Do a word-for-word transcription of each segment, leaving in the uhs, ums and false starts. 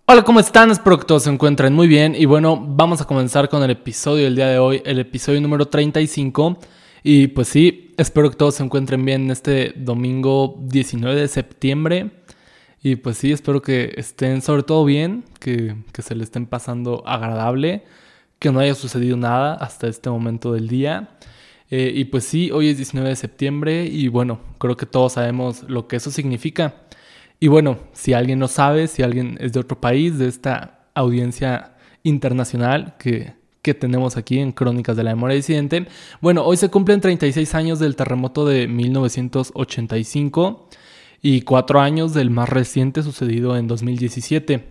Hola, ¿cómo están? Espero que todos se encuentren muy bien. Y bueno, vamos a comenzar con el episodio del día de hoy, el episodio número treinta y cinco. Y pues sí, espero que todos se encuentren bien este domingo diecinueve de septiembre. Y pues sí, espero que estén sobre todo bien, que, que se le estén pasando agradable, que no haya sucedido nada hasta este momento del día. Eh, y pues sí, hoy es diecinueve de septiembre y bueno, creo que todos sabemos lo que eso significa. Y bueno, si alguien no sabe, si alguien es de otro país, de esta audiencia internacional que, que tenemos aquí en Crónicas de la Memoria Disidente, bueno, hoy se cumplen treinta y seis años del terremoto de mil novecientos ochenta y cinco y cuatro años del más reciente sucedido en dos mil diecisiete.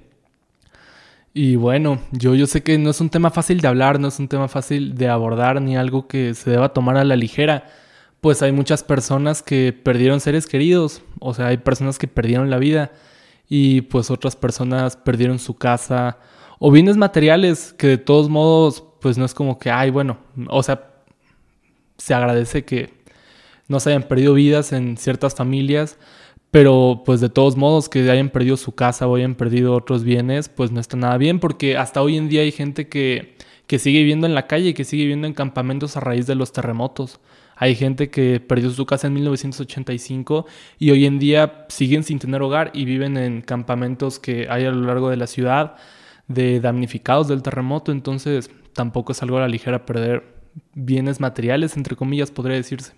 Y bueno, yo, yo sé que no es un tema fácil de hablar, no es un tema fácil de abordar, ni algo que se deba tomar a la ligera. Pues hay muchas personas que perdieron seres queridos, o sea, hay personas que perdieron la vida y pues otras personas perdieron su casa o bienes materiales que de todos modos pues no es como que, ay, bueno, o sea, se agradece que no se hayan perdido vidas en ciertas familias, pero pues de todos modos que hayan perdido su casa o hayan perdido otros bienes, pues no está nada bien porque hasta hoy en día hay gente que, que sigue viviendo en la calle, que sigue viviendo en campamentos a raíz de los terremotos. Hay gente que perdió su casa en mil novecientos ochenta y cinco y hoy en día siguen sin tener hogar y viven en campamentos que hay a lo largo de la ciudad de damnificados del terremoto. Entonces tampoco es algo a la ligera perder bienes materiales, entre comillas, podría decirse.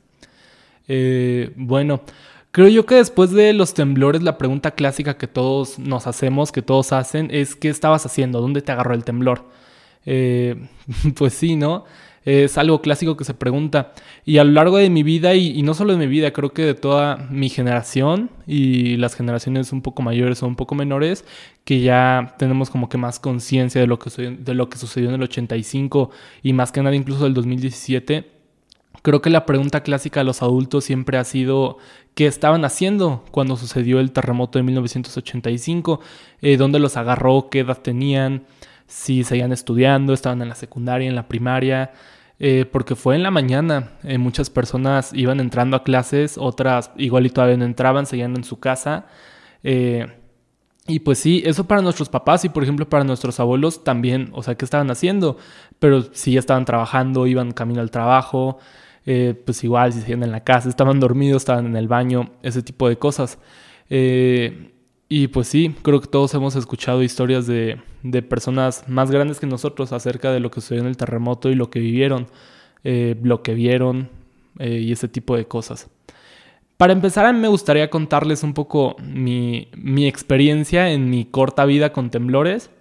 Eh, bueno, creo yo que después de los temblores la pregunta clásica que todos nos hacemos, que todos hacen, es ¿qué estabas haciendo? ¿Dónde te agarró el temblor? Eh, pues sí, ¿no? Es algo clásico que se pregunta. Y a lo largo de mi vida, y, y no solo de mi vida, creo que de toda mi generación y las generaciones un poco mayores o un poco menores, que ya tenemos como que más conciencia de lo que, de lo que sucedió en el ochenta y cinco y más que nada incluso del dos mil diecisiete, creo que la pregunta clásica a los adultos siempre ha sido ¿qué estaban haciendo cuando sucedió el terremoto de mil novecientos ochenta y cinco? Eh, ¿Dónde los agarró? ¿Qué edad tenían? Si seguían estudiando, estaban en la secundaria, en la primaria, eh, porque fue en la mañana. Eh, muchas personas iban entrando a clases, otras igual y todavía no entraban, seguían en su casa. Eh, y pues sí, eso para nuestros papás y por ejemplo para nuestros abuelos también, o sea, ¿qué estaban haciendo? Pero si ya estaban trabajando, iban camino al trabajo, eh, pues igual si seguían en la casa, estaban dormidos, estaban en el baño, ese tipo de cosas. Eh... Y pues sí, creo que todos hemos escuchado historias de, de personas más grandes que nosotros acerca de lo que sucedió en el terremoto y lo que vivieron, eh, lo que vieron eh, y ese tipo de cosas. Para empezar, a mí me gustaría contarles un poco mi, mi experiencia en mi corta vida con temblores.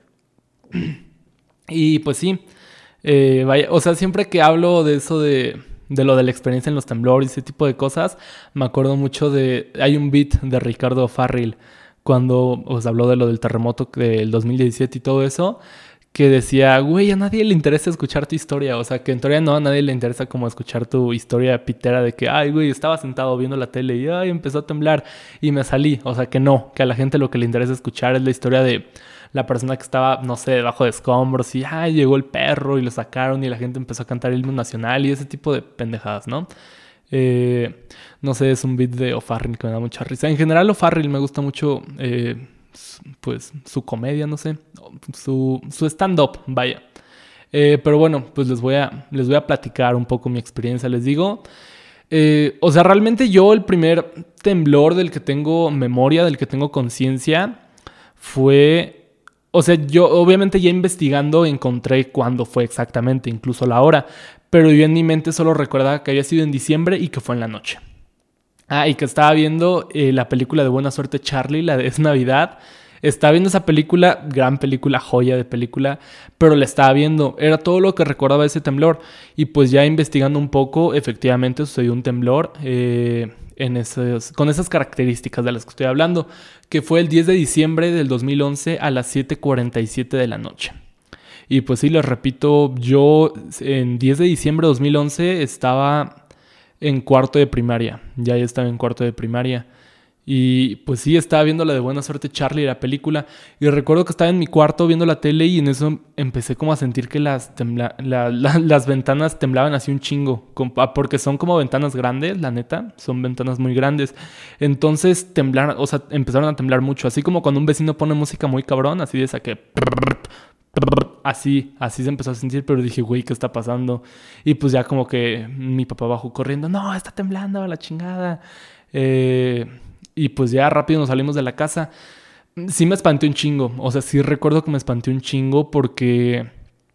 Y pues sí, eh, vaya, o sea, siempre que hablo de eso de... de lo de la experiencia en los temblores y ese tipo de cosas, me acuerdo mucho de... Hay un beat de Ricardo Farril cuando os habló de lo del terremoto del dos mil diecisiete y todo eso, que decía, güey, a nadie le interesa escuchar tu historia. O sea, que en teoría no, a nadie le interesa como escuchar tu historia pitera de que, ay, güey, estaba sentado viendo la tele y, ay, empezó a temblar y me salí. O sea, que no, que a la gente lo que le interesa escuchar es la historia de la persona que estaba, no sé, debajo de escombros y, ay, llegó el perro y lo sacaron y la gente empezó a cantar el himno nacional y ese tipo de pendejadas, ¿no? Eh, no sé, es un beat de O'Farrill que me da mucha risa. En general O'Farrill me gusta mucho eh, pues su comedia, no sé, su, su stand-up, vaya. Eh, pero bueno, pues les voy, a, les voy a platicar un poco mi experiencia, les digo. Eh, o sea, realmente yo el primer temblor del que tengo memoria, del que tengo conciencia, fue... O sea, yo obviamente ya investigando encontré cuándo fue exactamente, incluso la hora. Pero yo en mi mente solo recordaba que había sido en diciembre y que fue en la noche. Ah, y que estaba viendo eh, la película de Buena Suerte Charlie, la de Es Navidad. Estaba viendo esa película, gran película, joya de película, pero la estaba viendo. Era todo lo que recordaba de ese temblor. Y pues ya investigando un poco, efectivamente sucedió un temblor eh, en esos, con esas características de las que estoy hablando, que fue el diez de diciembre del dos mil once a las siete cuarenta y siete de la noche. Y pues sí, les repito, yo en diez de diciembre de dos mil once estaba en cuarto de primaria. Ya estaba en cuarto de primaria. Y pues sí, estaba viendo la de Buena Suerte Charlie, la película. Y recuerdo que estaba en mi cuarto viendo la tele y en eso empecé como a sentir que las, tembla- la- la- las ventanas temblaban así un chingo. com- ah, Porque son como ventanas grandes, la neta. Son ventanas muy grandes. Entonces temblaron, o sea, empezaron a temblar mucho. Así como cuando un vecino pone música muy cabrón, así de esa que... Así, así se empezó a sentir, pero dije, güey, ¿qué está pasando? Y pues ya como que mi papá bajó corriendo, no, está temblando, la chingada. Eh, y pues ya rápido nos salimos de la casa. Sí me espanté un chingo, o sea, sí recuerdo que me espanté un chingo porque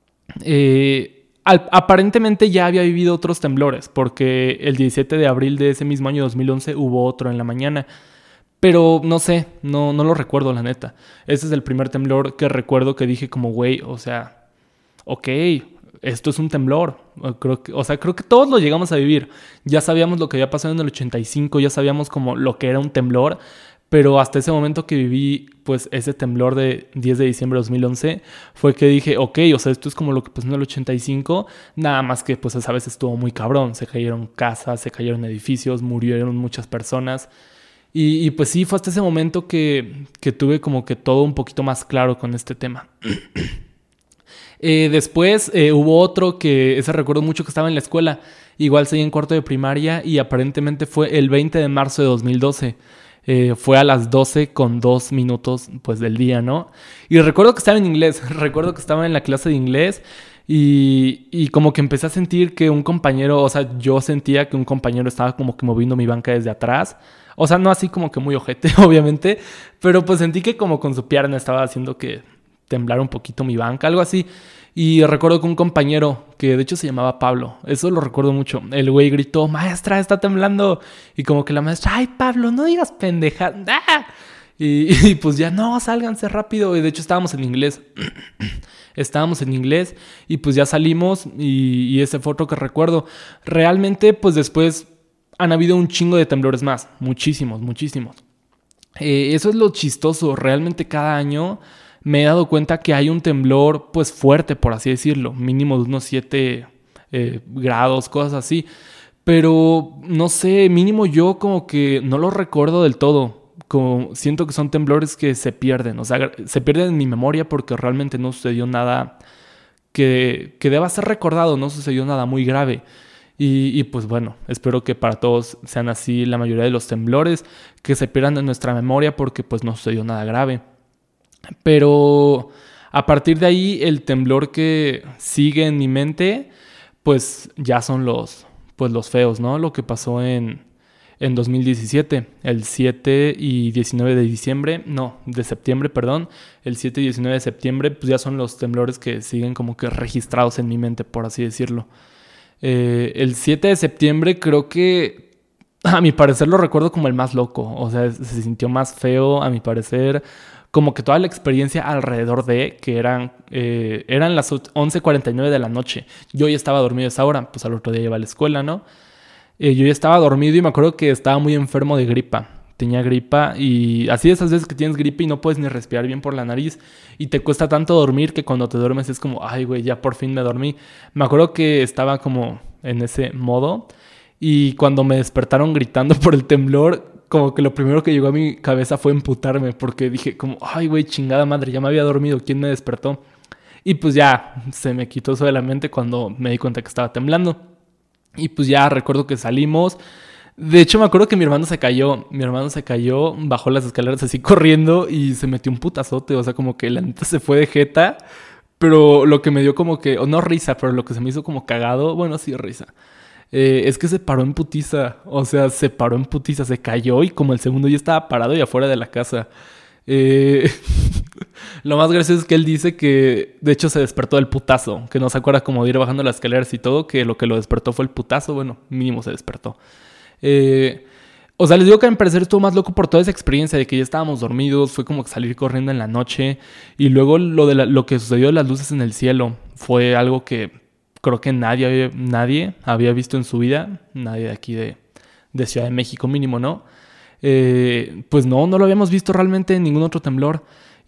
eh, al- aparentemente ya había vivido otros temblores, porque el diecisiete de abril de ese mismo año dos mil once hubo otro en la mañana. Pero no sé, no, no lo recuerdo, la neta. Ese es el primer temblor que recuerdo que dije como, güey, o sea, ok, esto es un temblor. O Creo que, o sea, creo que todos lo llegamos a vivir. Ya sabíamos lo que había pasado en el ochenta y cinco, ya sabíamos como lo que era un temblor, pero hasta ese momento que viví, pues, ese temblor de diez de diciembre de dos mil once, fue que dije, ok, o sea, esto es como lo que pasó en el ochenta y cinco, nada más que, pues, esa vez estuvo muy cabrón. Se cayeron casas, se cayeron edificios, murieron muchas personas. Y, y pues sí, fue hasta ese momento que, que tuve como que todo un poquito más claro con este tema. Eh, después eh, hubo otro que ese recuerdo mucho que estaba en la escuela. Igual seguía en cuarto de primaria y aparentemente fue el veinte de marzo de dos mil doce. Eh, fue a las doce con dos minutos pues del día, ¿no? Y recuerdo que estaba en inglés. Recuerdo que estaba en la clase de inglés y, y como que empecé a sentir que un compañero, o sea, yo sentía que un compañero estaba como que moviendo mi banca desde atrás. O sea, no así como que muy ojete, obviamente, pero pues sentí que como con su pierna estaba haciendo que temblara un poquito mi banca, algo así. Y recuerdo que un compañero, que de hecho se llamaba Pablo, eso lo recuerdo mucho, el güey gritó, maestra, está temblando. Y como que la maestra, ay, Pablo, no digas pendeja. ¡Ah! Y, y pues ya, no, sálganse rápido. Y de hecho estábamos en inglés. Estábamos en inglés y pues ya salimos y, y ese fue otro que recuerdo. Realmente, pues después han habido un chingo de temblores más. Muchísimos, muchísimos. Eh, eso es lo chistoso. Realmente cada año me he dado cuenta que hay un temblor pues fuerte, por así decirlo. Mínimo de unos siete eh, grados, cosas así. Pero no sé, mínimo yo como que no lo recuerdo del todo. Como siento que son temblores que se pierden. O sea, se pierden en mi memoria porque realmente no sucedió nada que, que deba ser recordado. No sucedió nada muy grave. Y, y pues bueno, espero que para todos sean así la mayoría de los temblores, que se pierdan en nuestra memoria porque pues no sucedió nada grave. Pero a partir de ahí el temblor que sigue en mi mente pues ya son los, pues los feos, ¿no? Lo que pasó en, en dos mil diecisiete, el siete y diecinueve de diciembre, no, de septiembre, perdón, el siete y diecinueve de septiembre pues ya son los temblores que siguen como que registrados en mi mente, por así decirlo. Eh, el siete de septiembre creo que, a mi parecer, lo recuerdo como el más loco. O sea, se sintió más feo, a mi parecer. Como que toda la experiencia alrededor de, que eran, eh, eran las once cuarenta y nueve de la noche. Yo ya estaba dormido a esa hora, pues al otro día iba a la escuela, ¿no? Eh, yo ya estaba dormido y me acuerdo que estaba muy enfermo de gripa. Tenía gripa y así de esas veces que tienes gripa y no puedes ni respirar bien por la nariz y te cuesta tanto dormir que cuando te duermes es como, ay güey, ya por fin me dormí. Me acuerdo que estaba como en ese modo y cuando me despertaron gritando por el temblor, como que lo primero que llegó a mi cabeza fue emputarme porque dije como, ay güey, chingada madre, ya me había dormido, ¿quién me despertó? Y pues ya se me quitó eso de la mente cuando me di cuenta que estaba temblando. Y pues ya recuerdo que salimos. De hecho, me acuerdo que mi hermano se cayó. Mi hermano se cayó, bajó las escaleras así corriendo y se metió un putazote. O sea, como que la neta se fue de jeta. Pero lo que me dio como que, o no risa, pero lo que se me hizo como cagado, bueno, sí, risa. Eh, es que se paró en putiza. O sea, se paró en putiza, se cayó y como el segundo ya estaba parado y afuera de la casa. Eh, lo más gracioso es que él dice que de hecho se despertó del putazo, que no se acuerda como de ir bajando las escaleras y todo, que lo que lo despertó fue el putazo. Bueno, mínimo se despertó. Eh, o sea, les digo que a mi parecer estuvo más loco por toda esa experiencia de que ya estábamos dormidos, fue como que salir corriendo en la noche y luego lo, de la, lo que sucedió de las luces en el cielo fue algo que creo que nadie, nadie había visto en su vida, nadie de aquí de, de Ciudad de México mínimo, ¿no? Eh, pues no, no lo habíamos visto realmente en ningún otro temblor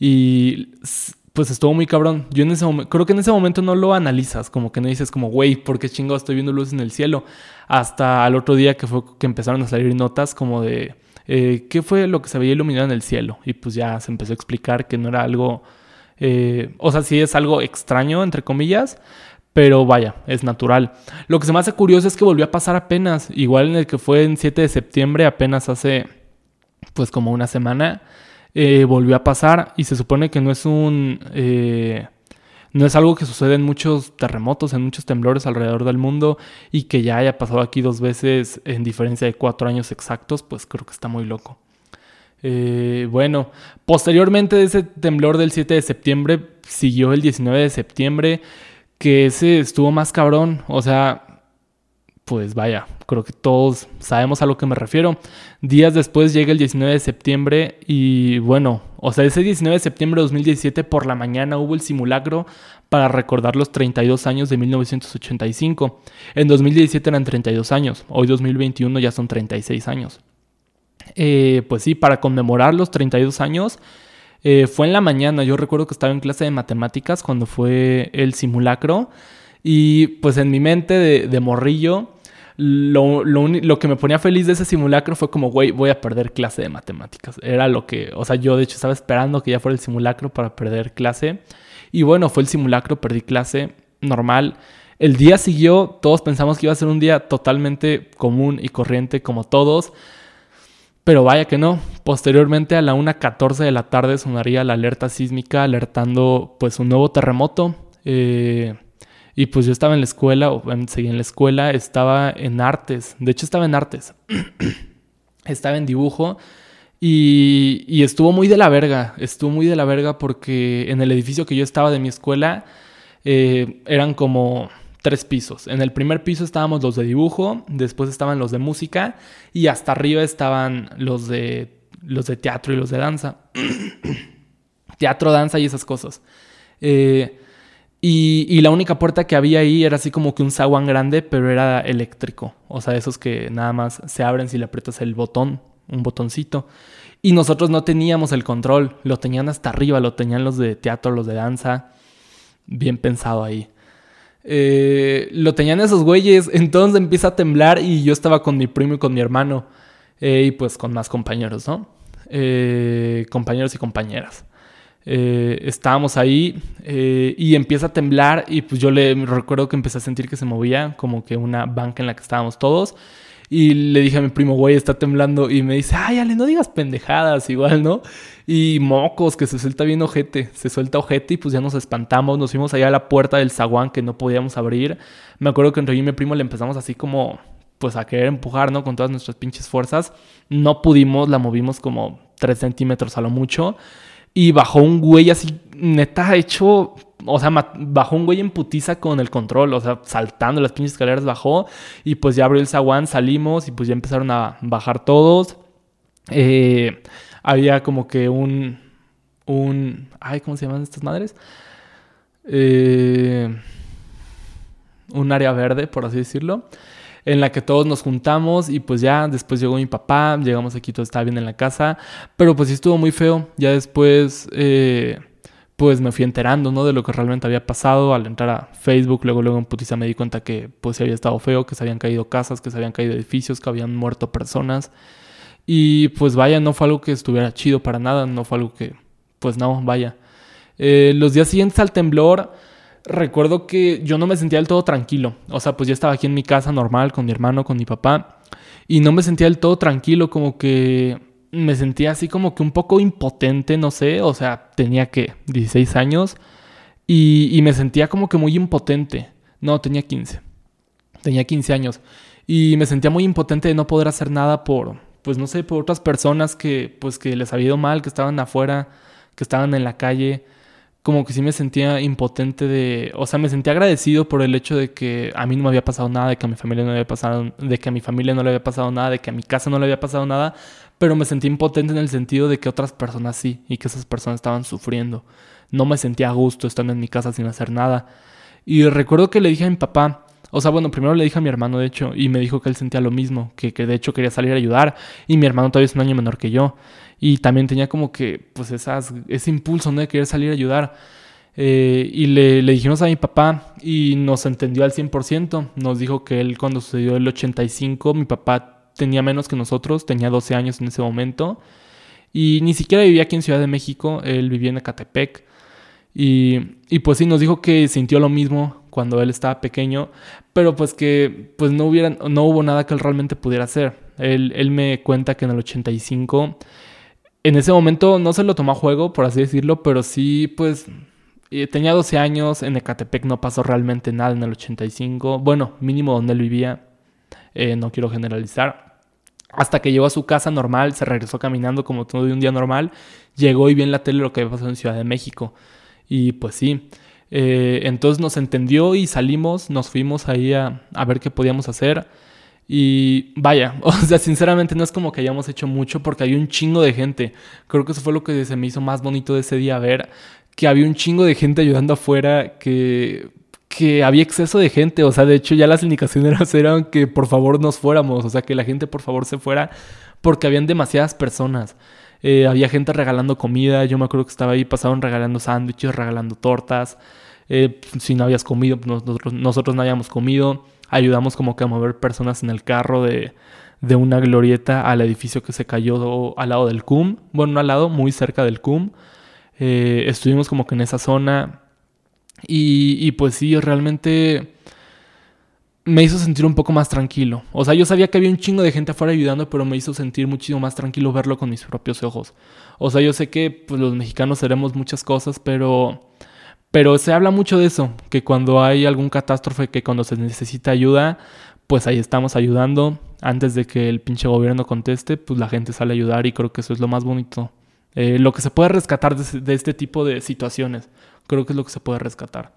y pues estuvo muy cabrón. Yo en ese momento, creo que en ese momento no lo analizas, como que no dices como, güey, ¿por qué chingado estoy viendo luces en el cielo? Hasta al otro día que fue que empezaron a salir notas como de eh, ¿qué fue lo que se veía iluminado en el cielo? Y pues ya se empezó a explicar que no era algo, eh, o sea, sí es algo extraño, entre comillas, pero vaya, es natural. Lo que se me hace curioso es que volvió a pasar apenas, igual en el que fue en siete de septiembre, apenas hace pues como una semana, eh, volvió a pasar y se supone que no es un... Eh, no es algo que sucede en muchos terremotos, en muchos temblores alrededor del mundo, y que ya haya pasado aquí dos veces en diferencia de cuatro años exactos, pues creo que está muy loco. Eh, bueno, posteriormente de ese temblor del siete de septiembre, siguió el diecinueve de septiembre, que ese estuvo más cabrón. O sea, pues vaya, creo que todos sabemos a lo que me refiero. Días después llega el diecinueve de septiembre y bueno, o sea, ese diecinueve de septiembre de dos mil diecisiete por la mañana hubo el simulacro para recordar los treinta y dos años de mil novecientos ochenta y cinco. En dos mil diecisiete eran treinta y dos años, hoy dos mil veintiuno ya son treinta y seis años. Eh, pues sí, para conmemorar los treinta y dos años, eh, fue en la mañana. Yo recuerdo que estaba en clase de matemáticas cuando fue el simulacro y pues en mi mente de, de morrillo, Lo, lo, uni- lo que me ponía feliz de ese simulacro fue como, güey, voy a perder clase de matemáticas. Era lo que, o sea, yo de hecho estaba esperando que ya fuera el simulacro para perder clase. Y bueno, fue el simulacro, perdí clase normal. El día siguió, todos pensamos que iba a ser un día totalmente común y corriente como todos. Pero vaya que no. Posteriormente a la una catorce de la tarde sonaría la alerta sísmica alertando pues un nuevo terremoto. Eh... Y pues yo estaba en la escuela, o seguí en la escuela, estaba en artes. De hecho, estaba en artes. Estaba en dibujo. Y, y estuvo muy de la verga. Estuvo muy de la verga porque en el edificio que yo estaba de mi escuela eh, eran como tres pisos. En el primer piso estábamos los de dibujo, después estaban los de música y hasta arriba estaban los de, los de teatro y los de danza. Teatro, danza y esas cosas. Eh... Y, y la única puerta que había ahí era así como que un zaguán grande, pero era eléctrico. O sea, esos que nada más se abren si le aprietas el botón, un botoncito. Y nosotros no teníamos el control, lo tenían hasta arriba, lo tenían los de teatro, los de danza. Bien pensado ahí. Eh, lo tenían esos güeyes, entonces empieza a temblar y yo estaba con mi primo y con mi hermano. Eh, y pues con más compañeros, ¿no? Eh, compañeros y compañeras. Eh, estábamos ahí eh, y empieza a temblar y pues yo le recuerdo que empecé a sentir que se movía como que una banca en la que estábamos todos y le dije a mi primo, güey, está temblando, y me dice, ay, Ale, no digas pendejadas, igual, ¿no? Y mocos, que se suelta bien ojete, se suelta ojete y pues ya nos espantamos, nos fuimos allá a la puerta del zaguán que no podíamos abrir. Me acuerdo que entre yo y mi primo le empezamos así como pues a querer empujar, ¿no? Con todas nuestras pinches fuerzas. No pudimos, la movimos como tres centímetros a lo mucho. Y bajó un güey así, neta, hecho... O sea, bajó un güey en putiza con el control. O sea, saltando las pinches escaleras bajó. Y pues ya abrió el zaguán, salimos. Y pues ya empezaron a bajar todos. Eh, había como que un... un ay, ¿cómo se llaman estas madres? Eh, un área verde, por así decirlo, en la que todos nos juntamos y pues ya después llegó mi papá, llegamos aquí, todo estaba bien en la casa, pero pues sí estuvo muy feo. Ya después eh, pues me fui enterando, ¿no? De lo que realmente había pasado al entrar a Facebook. Luego luego en putiza me di cuenta que pues sí había estado feo, que se habían caído casas, que se habían caído edificios, que habían muerto personas. Y pues vaya, no fue algo que estuviera chido para nada, no fue algo que, pues no, vaya. Eh, los días siguientes al temblor, recuerdo que yo no me sentía del todo tranquilo. O sea, pues yo estaba aquí en mi casa normal con mi hermano, con mi papá, y no me sentía del todo tranquilo, como que me sentía así como que un poco impotente, no sé. O sea, tenía que dieciséis años y, y me sentía como que muy impotente. No, tenía quince. Tenía quince años y me sentía muy impotente de no poder hacer nada por, pues no sé, por otras personas que, pues que les había ido mal, que estaban afuera, que estaban en la calle. Como que sí me sentía impotente de... O sea, me sentía agradecido por el hecho de que a mí no me había pasado nada, de que a mi familia no le había pasado, de que a mi familia no le había pasado nada, de que a mi casa no le había pasado nada, pero me sentía impotente en el sentido de que otras personas sí, y que esas personas estaban sufriendo. No me sentía a gusto estando en mi casa sin hacer nada. Y recuerdo que le dije a mi papá... O sea, bueno, primero le dije a mi hermano, de hecho, y me dijo que él sentía lo mismo, que, que de hecho quería salir a ayudar, y mi hermano todavía es un año menor que yo, y también tenía como que, pues, esas, ese impulso, ¿no?, de querer salir a ayudar. Eh, y le, le dijimos a mi papá, y nos entendió al cien por ciento. Nos dijo que él, cuando sucedió el ochenta y cinco, mi papá tenía menos que nosotros, tenía doce años en ese momento. Y ni siquiera vivía aquí en Ciudad de México, él vivía en Ecatepec. Y, y pues sí, nos dijo que sintió lo mismo cuando él estaba pequeño, pero pues que pues no, hubiera, no hubo nada que él realmente pudiera hacer. Él, él me cuenta que en el ochenta y cinco, en ese momento no se lo tomó a juego, por así decirlo, pero sí, pues eh, tenía doce años, en Ecatepec no pasó realmente nada en el ochenta y cinco, bueno, mínimo donde él vivía, eh, no quiero generalizar. Hasta que llegó a su casa normal, se regresó caminando como todo de un día normal, llegó y vio en la tele lo que había pasado en Ciudad de México. Y pues sí, eh, entonces nos entendió y salimos, nos fuimos ahí a, a ver qué podíamos hacer. Y vaya, o sea, sinceramente no es como que hayamos hecho mucho porque había un chingo de gente. Creo que eso fue lo que se me hizo más bonito de ese día, ver que había un chingo de gente ayudando afuera, que, que había exceso de gente. O sea, de hecho ya las indicaciones eran que por favor nos fuéramos, o sea, que la gente por favor se fuera porque habían demasiadas personas. Eh, había gente regalando comida, yo me acuerdo que estaba ahí, pasaban regalando sándwiches, regalando tortas. Eh, si no habías comido, nosotros, nosotros no habíamos comido. Ayudamos como que a mover personas en el carro de, de una glorieta al edificio que se cayó al lado del C U M. Bueno, no al lado, muy cerca del C U M. Eh, estuvimos como que en esa zona. Y, y pues sí, realmente me hizo sentir un poco más tranquilo. O sea, yo sabía que había un chingo de gente afuera ayudando, pero me hizo sentir muchísimo más tranquilo verlo con mis propios ojos. O sea, yo sé que pues, los mexicanos haremos muchas cosas, pero... Pero se habla mucho de eso, que cuando hay algún catástrofe, que cuando se necesita ayuda, pues ahí estamos ayudando. Antes de que el pinche gobierno conteste, pues la gente sale a ayudar y creo que eso es lo más bonito. Eh, lo que se puede rescatar de, de este tipo de situaciones, creo que es lo que se puede rescatar.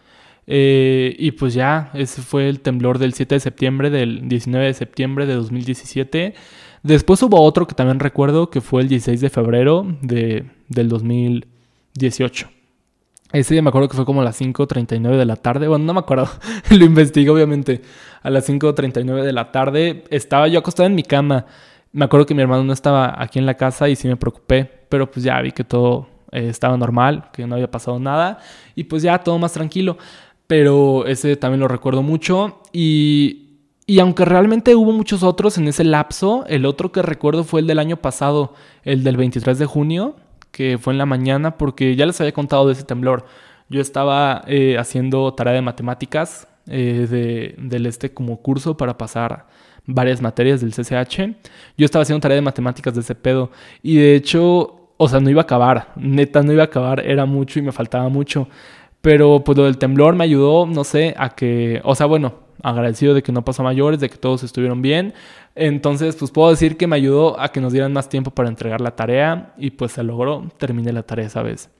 Eh, y pues ya, ese fue el temblor del siete de septiembre, del diecinueve de septiembre de dos mil diecisiete. Después hubo otro que también recuerdo, que fue el dieciséis de febrero de, del dos mil dieciocho. Ese día me acuerdo que fue como a las cinco treinta y nueve de la tarde. Bueno, no me acuerdo. Lo investigué, obviamente. A las cinco treinta y nueve de la tarde estaba yo acostado en mi cama. Me acuerdo que mi hermano no estaba aquí en la casa y sí me preocupé. Pero pues ya vi que todo eh, estaba normal, que no había pasado nada. Y pues ya todo más tranquilo. Pero ese también lo recuerdo mucho. Y, y aunque realmente hubo muchos otros en ese lapso, el otro que recuerdo fue el del año pasado, el del veintitrés de junio. Que fue en la mañana, porque ya les había contado de ese temblor. Yo estaba eh, haciendo tarea de matemáticas eh, de, del este como curso para pasar varias materias del C C H. Yo estaba haciendo tarea de matemáticas de ese pedo y de hecho, o sea, no iba a acabar, neta no iba a acabar, era mucho y me faltaba mucho. Pero pues lo del temblor me ayudó, no sé, a que, o sea, bueno, agradecido de que no pasó a mayores, de que todos estuvieron bien. Entonces, pues puedo decir que me ayudó a que nos dieran más tiempo para entregar la tarea y pues se logró, terminé la tarea esa vez.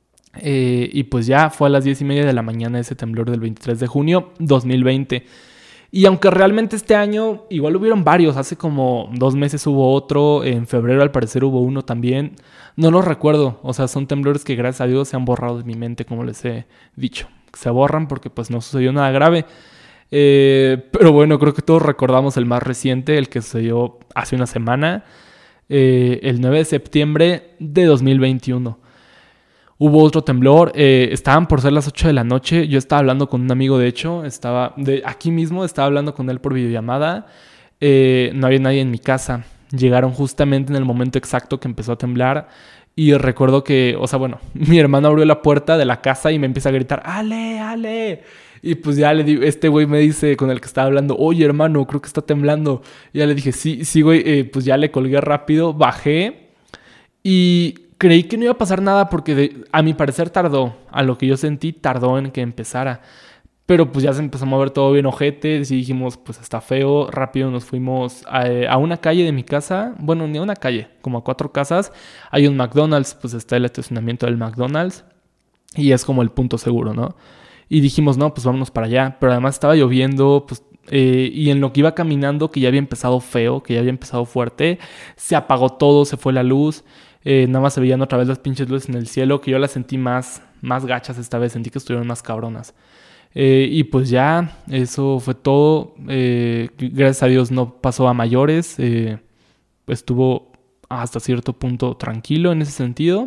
Eh, y pues ya fue a las diez y media de la mañana ese temblor del veintitrés de junio dos mil veinte. Y aunque realmente este año igual hubieron varios, hace como dos meses hubo otro, en febrero al parecer hubo uno también, no los recuerdo, o sea, son temblores que gracias a Dios se han borrado de mi mente, como les he dicho, se borran porque pues no sucedió nada grave, eh, pero bueno, creo que todos recordamos el más reciente, el que sucedió hace una semana, eh, el nueve de septiembre de dos mil veintiuno. Hubo otro temblor, eh, estaban por ser las ocho de la noche, yo estaba hablando con un amigo, de hecho, estaba de aquí mismo, estaba hablando con él por videollamada, eh, no había nadie en mi casa, llegaron justamente en el momento exacto que empezó a temblar y recuerdo que, o sea, bueno, mi hermano abrió la puerta de la casa y me empieza a gritar, ¡Ale, Ale! Y pues ya le digo, este güey me dice con el que estaba hablando, oye hermano, creo que está temblando. Y ya le dije, sí, sí güey, eh, pues ya le colgué rápido, bajé y... Creí que no iba a pasar nada porque de, a mi parecer tardó. A lo que yo sentí, tardó en que empezara. Pero pues ya se empezó a mover todo bien ojete. Y dijimos, pues está feo. Rápido nos fuimos a, a una calle de mi casa. Bueno, ni a una calle, como a cuatro casas. Hay un McDonald's, pues está el estacionamiento del McDonald's. Y es como el punto seguro, ¿no? Y dijimos, no, pues vámonos para allá. Pero además estaba lloviendo, pues... Eh, y en lo que iba caminando, que ya había empezado feo, que ya había empezado fuerte, se apagó todo, se fue la luz. Eh, nada más se veían otra vez las pinches luces en el cielo, que yo las sentí más, más gachas esta vez, sentí que estuvieron más cabronas. Eh, y pues ya, eso fue todo. Eh, gracias a Dios no pasó a mayores. Eh, estuvo hasta cierto punto tranquilo en ese sentido.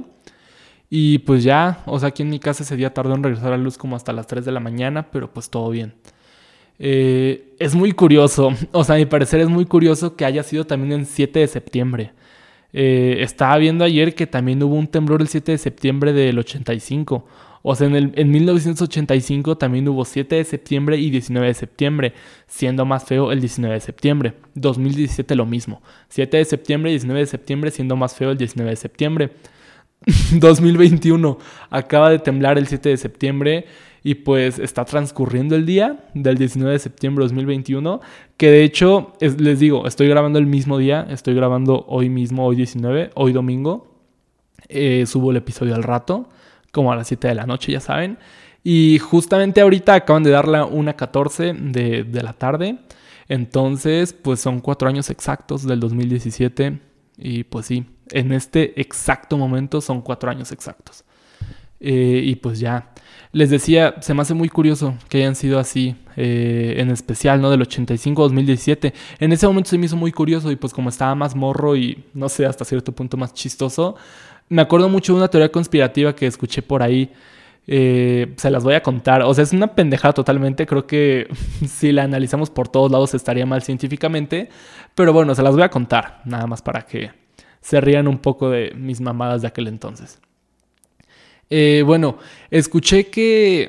Y pues ya, o sea, aquí en mi casa ese día tardó en regresar a la luz como hasta las tres de la mañana, pero pues todo bien. Eh, es muy curioso, o sea, a mi parecer es muy curioso que haya sido también el siete de septiembre. Eh, estaba viendo ayer que también hubo un temblor el siete de septiembre del ochenta y cinco. O sea, en, el, en mil novecientos ochenta y cinco también hubo siete de septiembre y diecinueve de septiembre, siendo más feo el diecinueve de septiembre. dos mil diecisiete lo mismo, siete de septiembre y diecinueve de septiembre, siendo más feo el diecinueve de septiembre. dos mil veintiuno acaba de temblar el siete de septiembre y pues está transcurriendo el día del diecinueve de septiembre de dos mil veintiuno, que de hecho, es, les digo, estoy grabando el mismo día, estoy grabando hoy mismo, hoy diecinueve, hoy domingo, eh, subo el episodio al rato, como a las siete de la noche, ya saben, y justamente ahorita acaban de dar la una catorce de, de la tarde, entonces pues son cuatro años exactos del dos mil diecisiete y pues sí, en este exacto momento son cuatro años exactos. Eh, y pues ya, les decía, se me hace muy curioso que hayan sido así, eh, en especial, ¿no? Del ochenta y cinco a dos mil diecisiete. En ese momento se me hizo muy curioso y pues como estaba más morro y no sé, hasta cierto punto más chistoso, me acuerdo mucho de una teoría conspirativa que escuché por ahí. Eh, se las voy a contar. O sea, es una pendejada totalmente. Creo que si la analizamos por todos lados estaría mal científicamente. Pero bueno, se las voy a contar. Nada más para que se rían un poco de mis mamadas de aquel entonces. Eh, bueno, escuché que...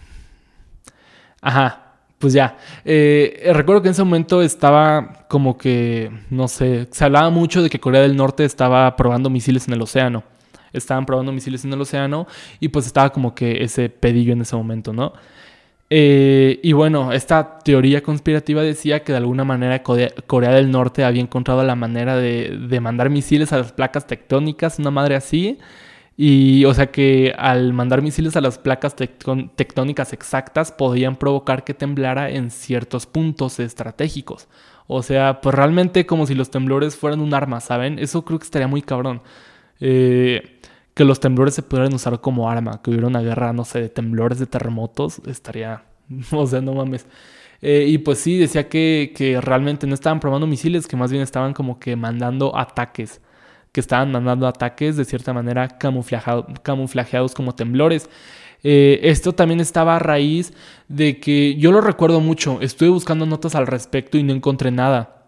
Ajá, pues ya. Eh, recuerdo que en ese momento estaba como que, no sé, se hablaba mucho de que Corea del Norte estaba probando misiles en el océano. Estaban probando misiles en el océano y pues estaba como que ese pedillo en ese momento, ¿no? Eh, y bueno, esta teoría conspirativa decía que de alguna manera Corea, Corea del Norte había encontrado la manera de, de mandar misiles a las placas tectónicas, una madre así. Y o sea que al mandar misiles a las placas tectón- tectónicas exactas podían provocar que temblara en ciertos puntos estratégicos. O sea, pues realmente como si los temblores fueran un arma, ¿saben? Eso creo que estaría muy cabrón. Eh, que los temblores se pudieran usar como arma, que hubiera una guerra, no sé, de temblores, de terremotos, estaría... O sea, no mames. Eh, y pues sí, decía que, que realmente no estaban probando misiles, que más bien estaban como que mandando ataques. Que estaban mandando ataques de cierta manera camuflajado, camuflajeados como temblores. Eh, esto también estaba a raíz de que yo lo recuerdo mucho. Estuve buscando notas al respecto y no encontré nada.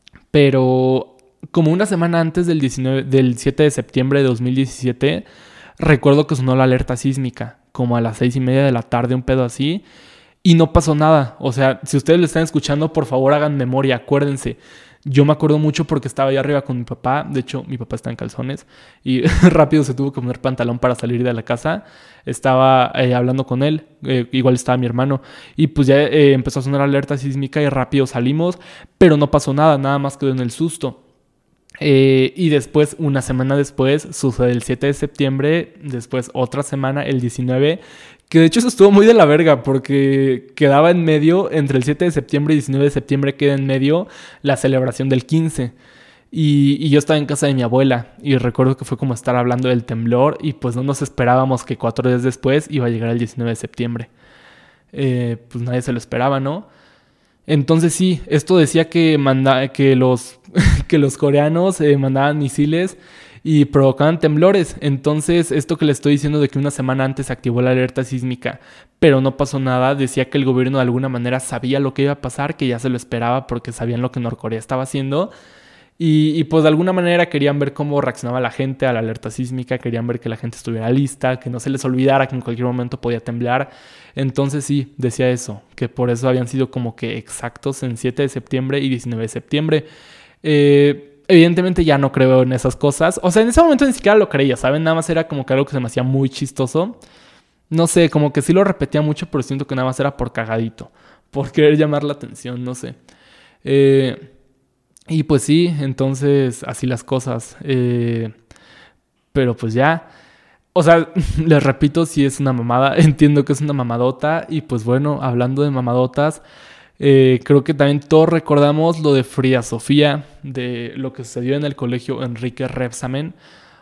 Pero como una semana antes del, diecinueve, del siete de septiembre de dos mil diecisiete, recuerdo que sonó la alerta sísmica, como a las seis y media de la tarde, un pedo así. Y no pasó nada. O sea, si ustedes lo están escuchando, por favor hagan memoria, acuérdense. Yo me acuerdo mucho porque estaba allá arriba con mi papá. De hecho, mi papá está en calzones y rápido se tuvo que poner pantalón para salir de la casa. Estaba eh, hablando con él, eh, igual estaba mi hermano. Y pues ya eh, empezó a sonar alerta sísmica y rápido salimos, pero no pasó nada, nada más quedó en el susto. Eh, y después, una semana después, sucede el siete de septiembre, después otra semana, el diecinueve, que de hecho eso estuvo muy de la verga porque quedaba en medio, entre el siete de septiembre y diecinueve de septiembre queda en medio la celebración del quince. Y, y yo estaba en casa de mi abuela y recuerdo que fue como estar hablando del temblor y pues no nos esperábamos que cuatro días después iba a llegar el diecinueve de septiembre. Eh, pues nadie se lo esperaba, ¿no? Entonces sí, esto decía que, manda, que, los, que los coreanos eh, mandaban misiles y provocaban temblores. Entonces esto que les estoy diciendo de que una semana antes se activó la alerta sísmica, pero no pasó nada, decía que el gobierno de alguna manera sabía lo que iba a pasar, que ya se lo esperaba porque sabían lo que Norcorea estaba haciendo. Y, y pues de alguna manera querían ver cómo reaccionaba la gente a la alerta sísmica, querían ver que la gente estuviera lista, que no se les olvidara que en cualquier momento podía temblar. Entonces sí, decía eso, que por eso habían sido como que exactos en siete de septiembre y diecinueve de septiembre. Eh, evidentemente ya no creo en esas cosas. O sea, en ese momento ni siquiera lo creía, ¿saben? Nada más era como que algo que se me hacía muy chistoso. No sé, como que sí lo repetía mucho, pero siento que nada más era por cagadito, por querer llamar la atención, no sé. Eh... Y pues sí, entonces así las cosas. Eh, pero pues ya. O sea, les repito, sí es una mamada. Entiendo que es una mamadota. Y pues bueno, hablando de mamadotas, eh, creo que también todos recordamos lo de Frida Sofía, de lo que sucedió en el colegio Enrique Rebsamen.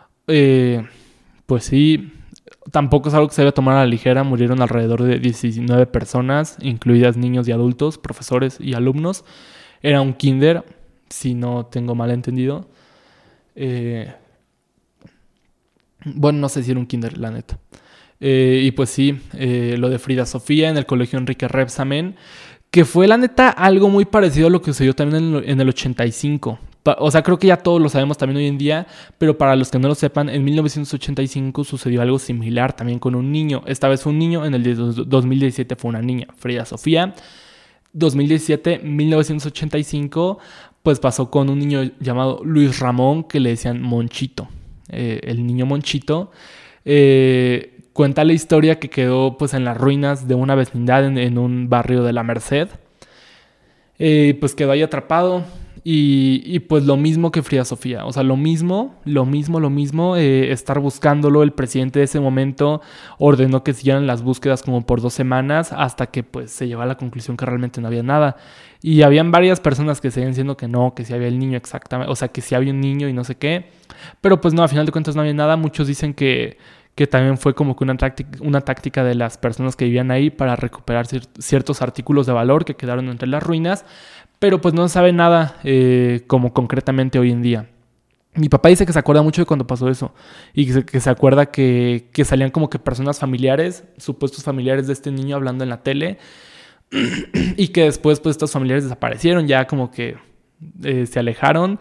Eh, pues sí, tampoco es algo que se debe tomar a la ligera. Murieron alrededor de diecinueve personas, incluidas niños y adultos, profesores y alumnos. Era un kinder, si no tengo mal entendido. Eh, bueno, no sé si era un kinder, la neta. Eh, y pues sí, eh, lo de Frida Sofía en el colegio Enrique Rebsamen, Que fue la neta algo muy parecido a lo que sucedió también en el, en el ochenta y cinco. O sea, creo que ya todos lo sabemos también hoy en día, pero para los que no lo sepan, en mil novecientos ochenta y cinco sucedió algo similar también con un niño. Esta vez fue un niño, en el dos mil diecisiete fue una niña, Frida Sofía. dos mil diecisiete, mil novecientos ochenta y cinco, pues pasó con un niño llamado Luis Ramón, que le decían Monchito. Eh, el niño Monchito eh, cuenta la historia que quedó pues en las ruinas de una vecindad en, en un barrio de la Merced. Eh, pues quedó ahí atrapado. Y, y pues lo mismo que Frida Sofía, o sea, lo mismo, lo mismo, lo mismo, eh, estar buscándolo. El presidente de ese momento ordenó que siguieran las búsquedas como por dos semanas hasta que pues se llegó a la conclusión que realmente no había nada. Y habían varias personas que seguían diciendo que no, que sí había el niño exactamente, o sea, que sí había un niño y no sé qué. Pero pues no, a final de cuentas no había nada. Muchos dicen que, que también fue como que una táctica, una táctica de las personas que vivían ahí para recuperar cier- ciertos artículos de valor que quedaron entre las ruinas. Pero pues no se sabe nada eh, como concretamente hoy en día. Mi papá dice que se acuerda mucho de cuando pasó eso. Y que se, que se acuerda que, que salían como que personas familiares, supuestos familiares de este niño hablando en la tele. Y que después pues estos familiares desaparecieron, ya como que eh, se alejaron.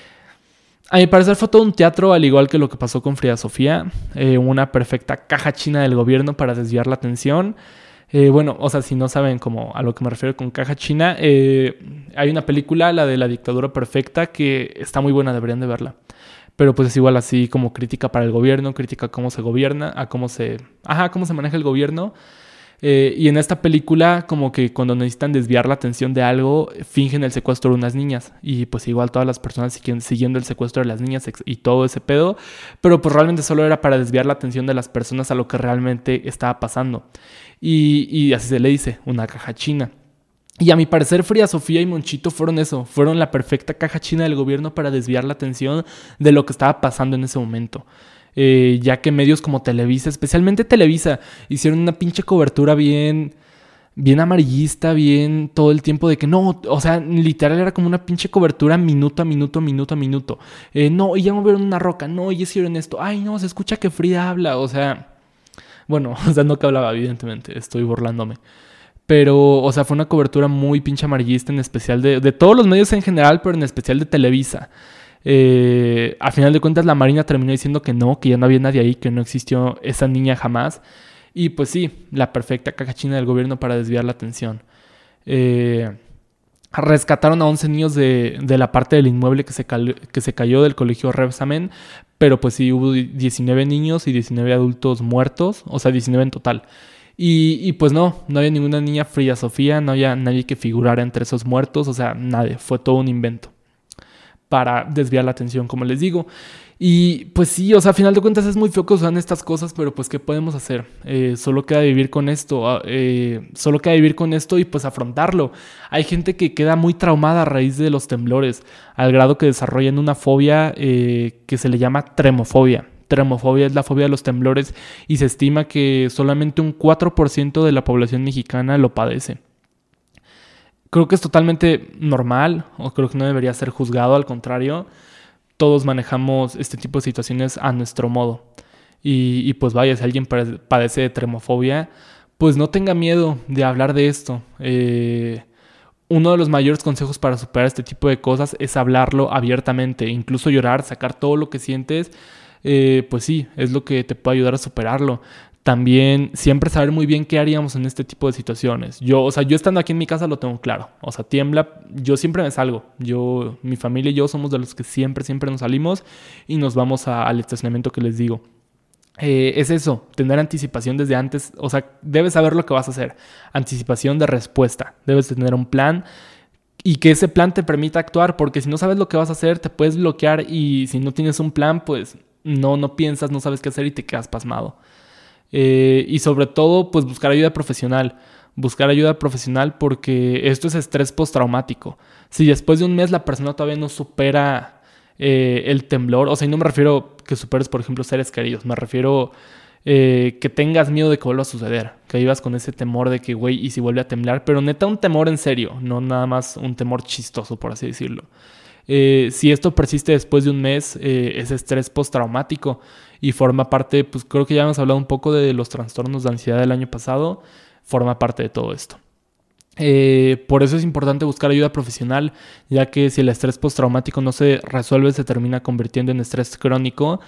A mi parecer fue todo un teatro, al igual que lo que pasó con Frida Sofía. Eh, una perfecta caja china del gobierno para desviar la atención. Eh, bueno, o sea, si no saben como a lo que me refiero con caja china, eh, hay una película, la de La Dictadura Perfecta, que está muy buena, deberían de verla. Pero pues es igual así como crítica para el gobierno, crítica a cómo se gobierna, a cómo se, ajá, cómo se maneja el gobierno. Eh, y en esta película, como que cuando necesitan desviar la atención de algo, fingen el secuestro de unas niñas. Y pues igual todas las personas siguen siguiendo el secuestro de las niñas y todo ese pedo. Pero pues realmente solo era para desviar la atención de las personas a lo que realmente estaba pasando. Y, y así se le dice, una caja china. Y a mi parecer Frida Sofía y Monchito fueron eso, fueron la perfecta caja china del gobierno para desviar la atención de lo que estaba pasando en ese momento. Eh, ya que medios como Televisa, especialmente Televisa, hicieron una pinche cobertura bien, bien amarillista, bien todo el tiempo de que no, o sea, literal era como una pinche cobertura minuto a minuto, minuto a minuto. Eh, no, y ya movieron una roca, no, y hicieron esto, ay no, se escucha que Frida habla, o sea, bueno, o sea, no que hablaba, evidentemente, estoy burlándome. Pero, o sea, fue una cobertura muy pinche amarillista, en especial de, de todos los medios en general, pero en especial de Televisa. Eh, a final de cuentas la Marina terminó diciendo que no, que ya no había nadie ahí, que no existió esa niña jamás. Y pues sí, la perfecta caja china del gobierno para desviar la atención. Eh, rescataron a once niños de, de la parte del inmueble que se, cal, que se cayó del colegio Rebsamen, pero pues sí hubo diecinueve niños y diecinueve adultos muertos, o sea, diecinueve en total. Y, y pues no, no había ninguna niña Frida Sofía, no había nadie que figurara entre esos muertos, o sea, nadie, fue todo un invento para desviar la atención, como les digo. Y pues sí, o sea, a final de cuentas es muy feo que usan estas cosas, pero pues ¿qué podemos hacer? Eh, solo queda vivir con esto, eh, solo queda vivir con esto y pues afrontarlo. Hay gente que queda muy traumada a raíz de los temblores, al grado que desarrollan una fobia eh, que se le llama tremofobia. Tremofobia es la fobia de los temblores y se estima que solamente un cuatro por ciento de la población mexicana lo padece. Creo que es totalmente normal, o creo que no debería ser juzgado, al contrario, todos manejamos este tipo de situaciones a nuestro modo. Y, y pues vaya, si alguien padece de tremofobia, pues no tenga miedo de hablar de esto. Eh, uno de los mayores consejos para superar este tipo de cosas es hablarlo abiertamente, incluso llorar, sacar todo lo que sientes, eh, pues sí, es lo que te puede ayudar a superarlo. También siempre saber muy bien qué haríamos en este tipo de situaciones. Yo, o sea, yo estando aquí en mi casa lo tengo claro. O sea, tiembla, yo siempre me salgo. Yo, mi familia y yo somos de los que siempre, siempre nos salimos y nos vamos a, al estacionamiento que les digo. Eh, es eso, tener anticipación desde antes. O sea, debes saber lo que vas a hacer. Anticipación de respuesta. Debes tener un plan y que ese plan te permita actuar, porque si no sabes lo que vas a hacer, te puedes bloquear y si no tienes un plan, pues no, no piensas, no sabes qué hacer y te quedas pasmado. Eh, y sobre todo, pues buscar ayuda profesional. Buscar ayuda profesional porque esto es estrés postraumático. Si después de un mes la persona todavía no supera eh, el temblor, o sea, y no me refiero que superes, por ejemplo, seres queridos, me refiero eh, que tengas miedo de que vuelva a suceder, que vivas con ese temor de que, güey, y si vuelve a temblar, pero neta un temor en serio, no nada más un temor chistoso, por así decirlo. Eh, si esto persiste después de un mes, eh, es estrés postraumático y forma parte, pues creo que ya hemos hablado un poco de los trastornos de ansiedad del año pasado, forma parte de todo esto. Eh, por eso es importante buscar ayuda profesional, ya que si el estrés postraumático no se resuelve, se termina convirtiendo en estrés crónico.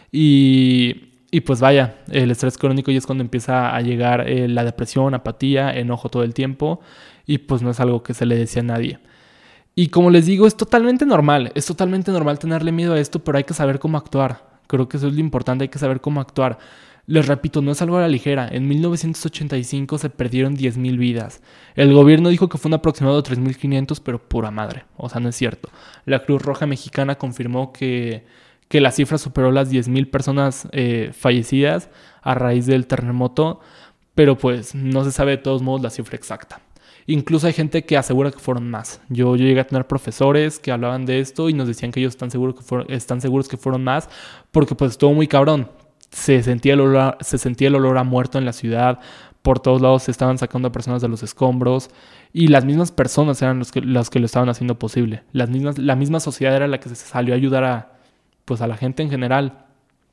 Y, y pues vaya, el estrés crónico ya es cuando empieza a llegar eh, la depresión, apatía, enojo todo el tiempo. Y pues no es algo que se le desea a nadie. Y como les digo, es totalmente normal, es totalmente normal tenerle miedo a esto, pero hay que saber cómo actuar. Creo que eso es lo importante, hay que saber cómo actuar. Les repito, no es algo a la ligera. En mil novecientos ochenta y cinco se perdieron diez mil vidas. El gobierno dijo que fue un aproximado de tres mil quinientos, pero pura madre. O sea, no es cierto. La Cruz Roja Mexicana confirmó que, que la cifra superó las diez mil personas eh, fallecidas a raíz del terremoto, pero pues no se sabe de todos modos la cifra exacta. Incluso hay gente que asegura que fueron más. Yo, yo llegué a tener profesores que hablaban de esto y nos decían que ellos están seguros que fueron, están seguros que fueron más, porque pues estuvo muy cabrón. Se sentía, el olor, se sentía el olor a muerto en la ciudad. Por todos lados se estaban sacando a personas de los escombros. Y las mismas personas eran los que, las que lo estaban haciendo posible. Las mismas, la misma sociedad era la que se salió a ayudar a, pues a la gente en general.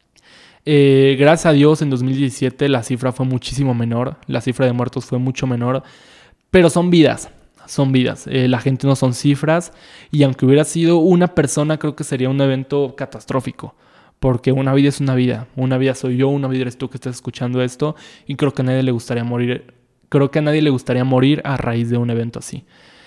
Eh, gracias a Dios, en dos mil diecisiete la cifra fue muchísimo menor. La cifra de muertos fue mucho menor. Pero son vidas. Son vidas. Eh, la gente no son cifras. Y aunque hubiera sido una persona, creo que sería un evento catastrófico. Porque una vida es una vida. Una vida soy yo, una vida eres tú que estás escuchando esto. Y creo que a nadie le gustaría morir. Creo que a nadie le gustaría morir a raíz de un evento así.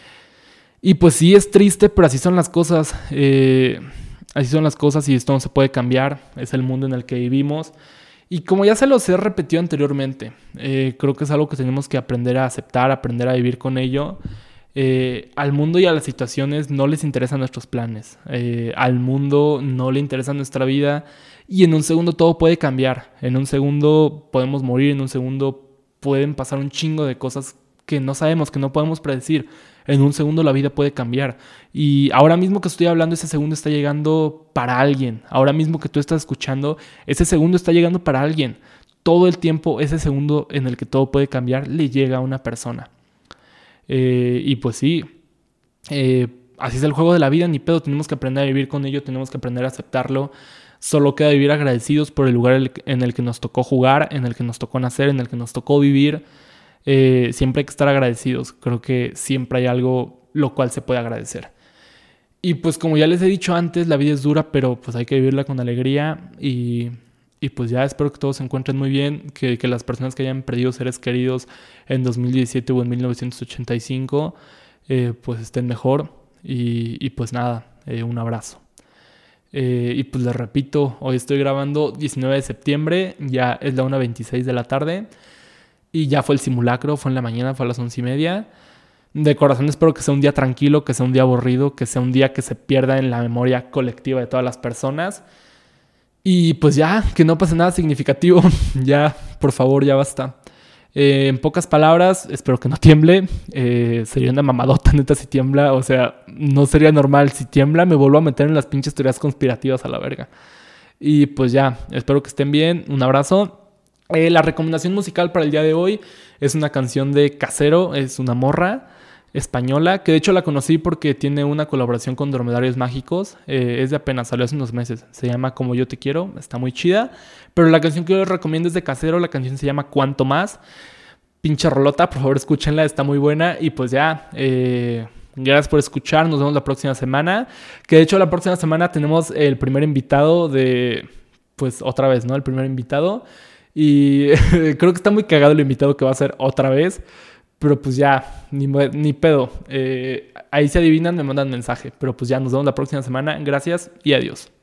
Y pues sí, es triste, pero así son las cosas. Eh, así son las cosas y esto no se puede cambiar. Es el mundo en el que vivimos. Y como ya se los he repetido anteriormente, eh, creo que es algo que tenemos que aprender a aceptar, aprender a vivir con ello. Eh, al mundo y a las situaciones no les interesan nuestros planes. Eh, al mundo no le interesa nuestra vida. Y en un segundo todo puede cambiar. En un segundo podemos morir. En un segundo pueden pasar un chingo de cosas que no sabemos, que no podemos predecir. En un segundo la vida puede cambiar. Y ahora mismo que estoy hablando, ese segundo está llegando para alguien. Ahora mismo que tú estás escuchando, ese segundo está llegando para alguien. Todo el tiempo, ese segundo en el que todo puede cambiar, le llega a una persona. Eh, y pues sí, eh, así es el juego de la vida, ni pedo, tenemos que aprender a vivir con ello, tenemos que aprender a aceptarlo. Solo queda vivir agradecidos por el lugar en el que nos tocó jugar, en el que nos tocó nacer, en el que nos tocó vivir. Eh, siempre hay que estar agradecidos, creo que siempre hay algo lo cual se puede agradecer. Y pues como ya les he dicho antes, la vida es dura, pero pues hay que vivirla con alegría y... Y pues ya espero que todos se encuentren muy bien, que, que las personas que hayan perdido seres queridos en dos mil diecisiete o en mil novecientos ochenta y cinco eh, pues estén mejor. Y, y pues nada, eh, un abrazo. Eh, y pues les repito, hoy estoy grabando diecinueve de septiembre, ya es la una veintiséis de la tarde. Y ya fue el simulacro, fue en la mañana, fue a las once y media. De corazón espero que sea un día tranquilo, que sea un día aburrido, que sea un día que se pierda en la memoria colectiva de todas las personas. Y pues ya, que no pase nada significativo. Ya, por favor, ya basta. Eh, en pocas palabras, espero que no tiemble. Eh, sería una mamadota, neta, si tiembla. O sea, no sería normal. Si tiembla, me vuelvo a meter en las pinches teorías conspirativas a la verga. Y pues ya, espero que estén bien. Un abrazo. Eh, la recomendación musical para el día de hoy es una canción de Casero. Es una morra española, que de hecho la conocí porque tiene una colaboración con Dromedarios Mágicos. Eh, es de apenas, salió hace unos meses. Se llama Como Yo Te Quiero, está muy chida. Pero la canción que yo les recomiendo es de Casero, la canción se llama Cuánto Más. Pinche rolota, por favor escúchenla, está muy buena. Y pues ya, eh, gracias por escuchar, nos vemos la próxima semana. Que de hecho la próxima semana tenemos el primer invitado de, pues otra vez, ¿no? El primer invitado. Y creo que está muy cagado el invitado que va a ser otra vez. Pero pues ya, ni, ni pedo. Eh, ahí se adivinan, me mandan mensaje. Pero pues ya, nos vemos la próxima semana. Gracias y adiós.